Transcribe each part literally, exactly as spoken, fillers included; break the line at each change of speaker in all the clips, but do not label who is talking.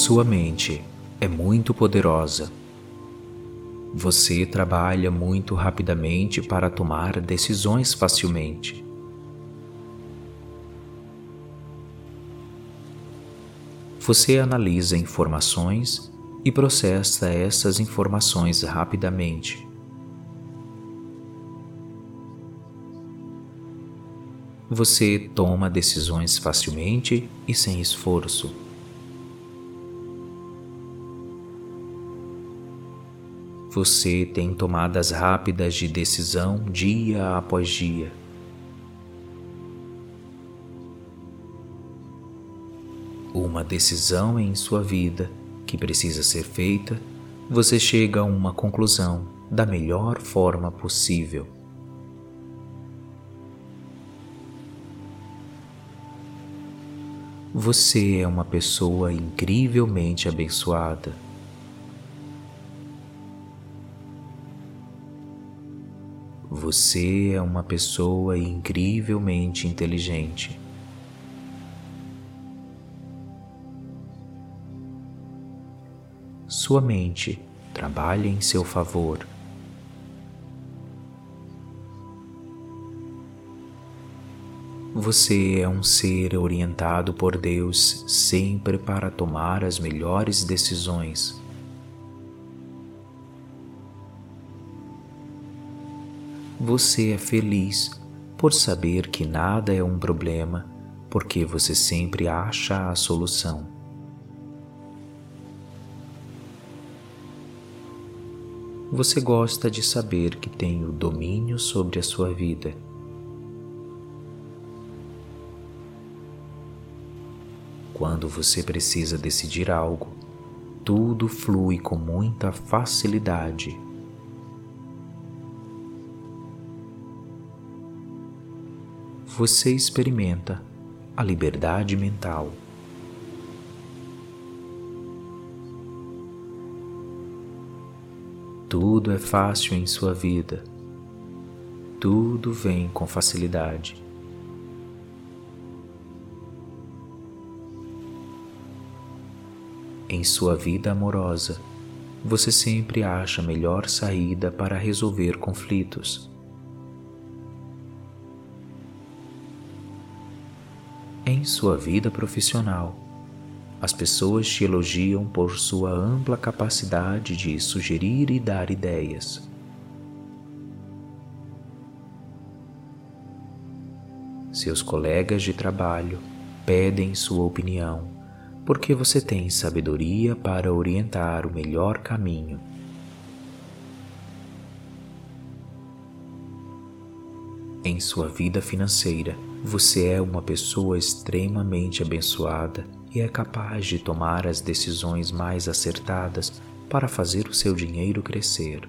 Sua mente é muito poderosa. Você trabalha muito rapidamente para tomar decisões facilmente. Você analisa informações e processa essas informações rapidamente. Você toma decisões facilmente e sem esforço. Você tem tomadas rápidas de decisão dia após dia. Uma decisão em sua vida que precisa ser feita, você chega a uma conclusão da melhor forma possível. Você é uma pessoa incrivelmente abençoada. Você é uma pessoa incrivelmente inteligente. Sua mente trabalha em seu favor. Você é um ser orientado por Deus sempre para tomar as melhores decisões. Você é feliz por saber que nada é um problema, porque você sempre acha a solução. Você gosta de saber que tem o domínio sobre a sua vida. Quando você precisa decidir algo, tudo flui com muita facilidade. Você experimenta a liberdade mental. Tudo é fácil em sua vida. Tudo vem com facilidade. Em sua vida amorosa, você sempre acha a melhor saída para resolver conflitos. Em sua vida profissional, as pessoas te elogiam por sua ampla capacidade de sugerir e dar ideias. Seus colegas de trabalho pedem sua opinião, porque você tem sabedoria para orientar o melhor caminho. Em sua vida financeira, você é uma pessoa extremamente abençoada e é capaz de tomar as decisões mais acertadas para fazer o seu dinheiro crescer.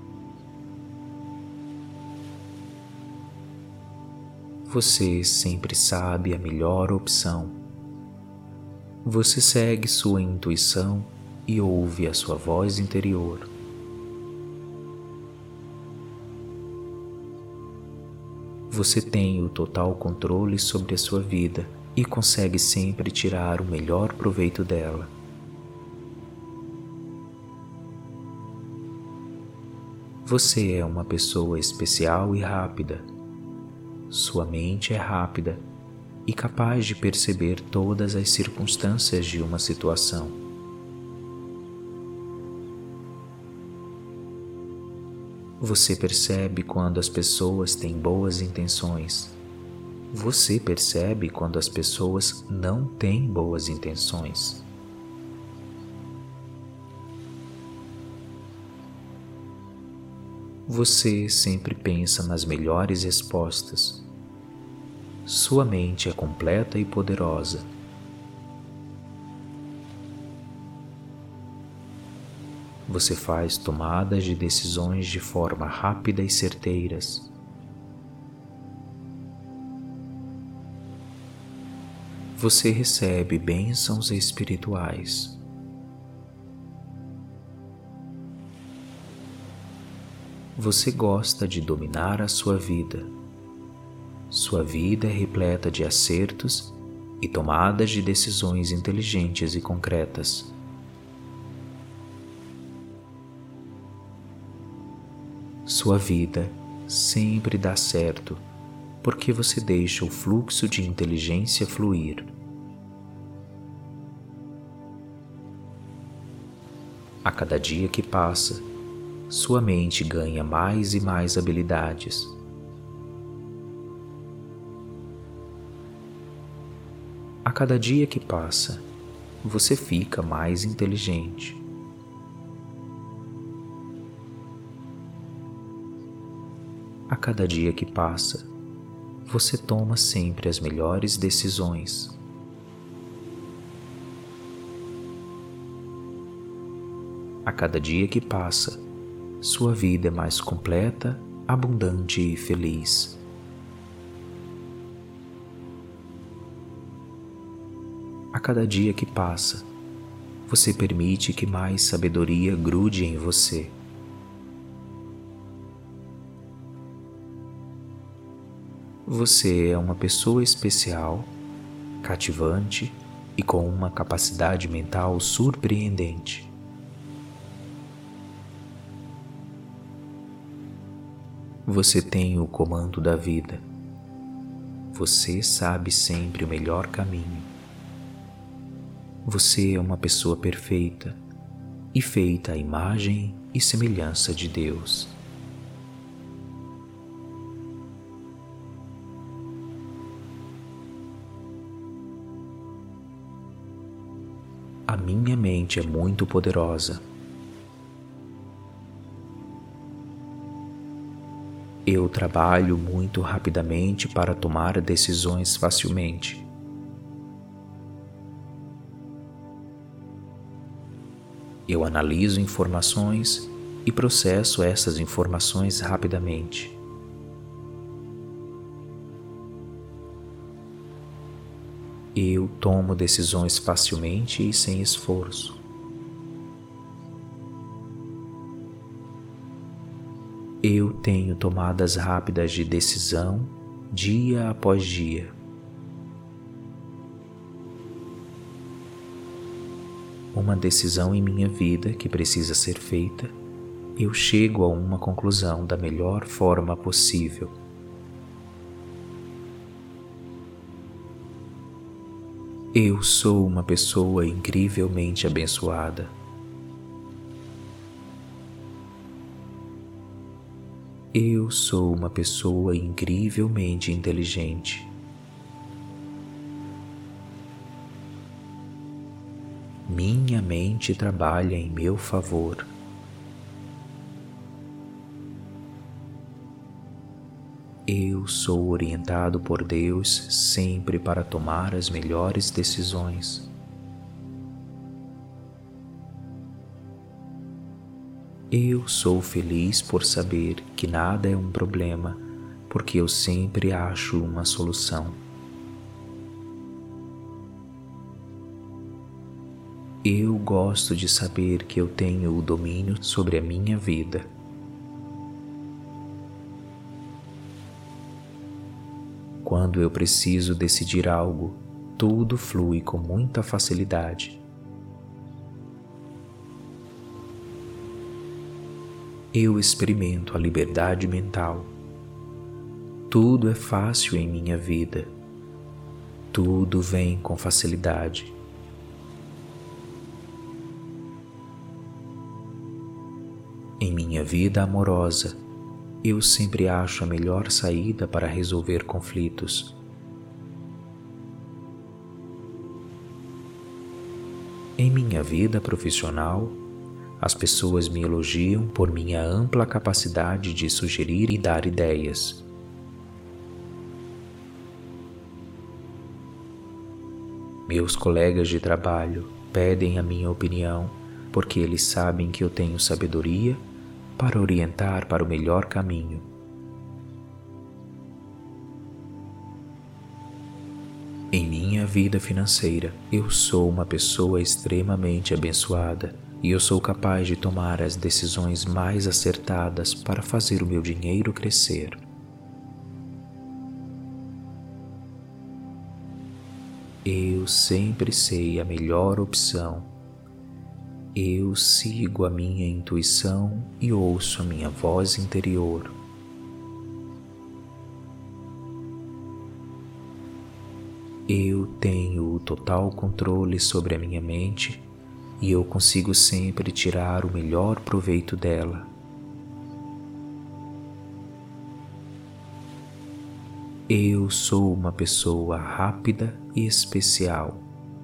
Você sempre sabe a melhor opção. Você segue sua intuição e ouve a sua voz interior. Você tem o total controle sobre a sua vida e consegue sempre tirar o melhor proveito dela. Você é uma pessoa especial e rápida. Sua mente é rápida e capaz de perceber todas as circunstâncias de uma situação. Você percebe quando as pessoas têm boas intenções. Você percebe quando as pessoas não têm boas intenções. Você sempre pensa nas melhores respostas. Sua mente é completa e poderosa. Você faz tomadas de decisões de forma rápida e certeiras. Você recebe bênçãos espirituais. Você gosta de dominar a sua vida. Sua vida é repleta de acertos e tomadas de decisões inteligentes e concretas. Sua vida sempre dá certo porque você deixa o fluxo de inteligência fluir. A cada dia que passa, sua mente ganha mais e mais habilidades. A cada dia que passa, você fica mais inteligente. A cada dia que passa, você toma sempre as melhores decisões. A cada dia que passa, sua vida é mais completa, abundante e feliz. A cada dia que passa, você permite que mais sabedoria grude em você. Você é uma pessoa especial, cativante e com uma capacidade mental surpreendente. Você tem o comando da vida. Você sabe sempre o melhor caminho. Você é uma pessoa perfeita e feita à imagem e semelhança de Deus. A minha mente é muito poderosa. Eu trabalho muito rapidamente para tomar decisões facilmente. Eu analiso informações e processo essas informações rapidamente. Eu tomo decisões facilmente e sem esforço. Eu tenho tomadas rápidas de decisão dia após dia. Uma decisão em minha vida que precisa ser feita, eu chego a uma conclusão da melhor forma possível. Eu sou uma pessoa incrivelmente abençoada. Eu sou uma pessoa incrivelmente inteligente. Minha mente trabalha em meu favor. Eu sou orientado por Deus sempre para tomar as melhores decisões. Eu sou feliz por saber que nada é um problema, porque eu sempre acho uma solução. Eu gosto de saber que eu tenho o domínio sobre a minha vida. Quando eu preciso decidir algo, tudo flui com muita facilidade. Eu experimento a liberdade mental. Tudo é fácil em minha vida. Tudo vem com facilidade. Em minha vida amorosa, eu sempre acho a melhor saída para resolver conflitos. Em minha vida profissional, as pessoas me elogiam por minha ampla capacidade de sugerir e dar ideias. Meus colegas de trabalho pedem a minha opinião porque eles sabem que eu tenho sabedoria para orientar para o melhor caminho. Em minha vida financeira, eu sou uma pessoa extremamente abençoada e eu sou capaz de tomar as decisões mais acertadas para fazer o meu dinheiro crescer. Eu sempre sei a melhor opção Eu sigo a minha intuição e ouço a minha voz interior. Eu tenho o total controle sobre a minha mente e eu consigo sempre tirar o melhor proveito dela. Eu sou uma pessoa rápida e especial.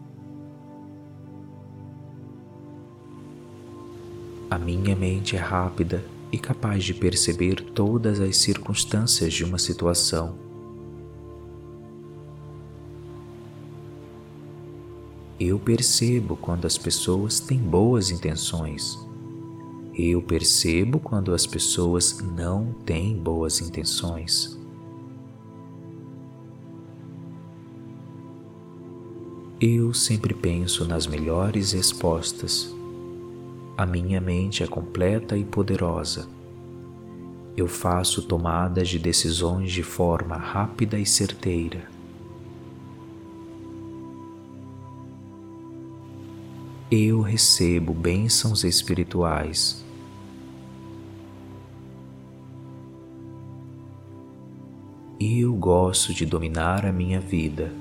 A minha mente é rápida e capaz de perceber todas as circunstâncias de uma situação. Eu percebo quando as pessoas têm boas intenções. Eu percebo quando as pessoas não têm boas intenções. Eu sempre penso nas melhores respostas. A minha mente é completa e poderosa. Eu faço tomadas de decisões de forma rápida e certeira. Eu recebo bênçãos espirituais. Eu gosto de dominar a minha vida.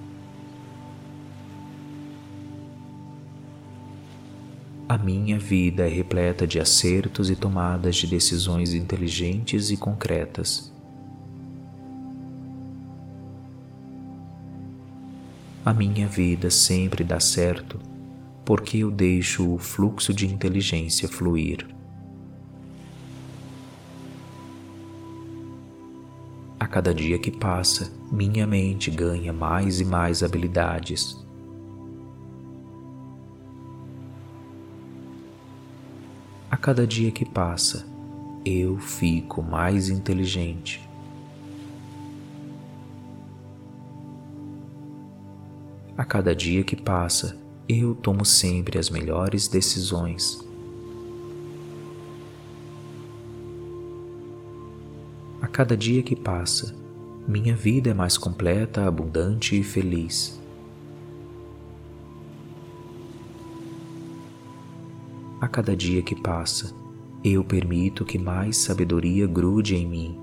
A minha vida é repleta de acertos e tomadas de decisões inteligentes e concretas. A minha vida sempre dá certo porque eu deixo o fluxo de inteligência fluir. A cada dia que passa, minha mente ganha mais e mais habilidades. A cada dia que passa, eu fico mais inteligente. A cada dia que passa, eu tomo sempre as melhores decisões. A cada dia que passa, minha vida é mais completa, abundante e feliz. A cada dia que passa, eu permito que mais sabedoria grude em mim.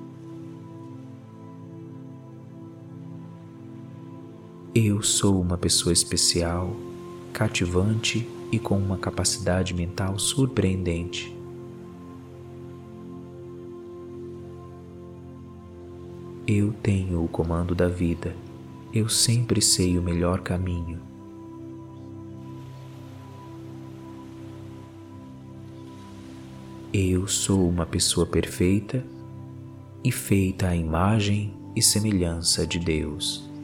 Eu sou uma pessoa especial, cativante e com uma capacidade mental surpreendente. Eu tenho o comando da vida. Eu sempre sei o melhor caminho. Eu sou uma pessoa perfeita e feita à imagem e semelhança de Deus.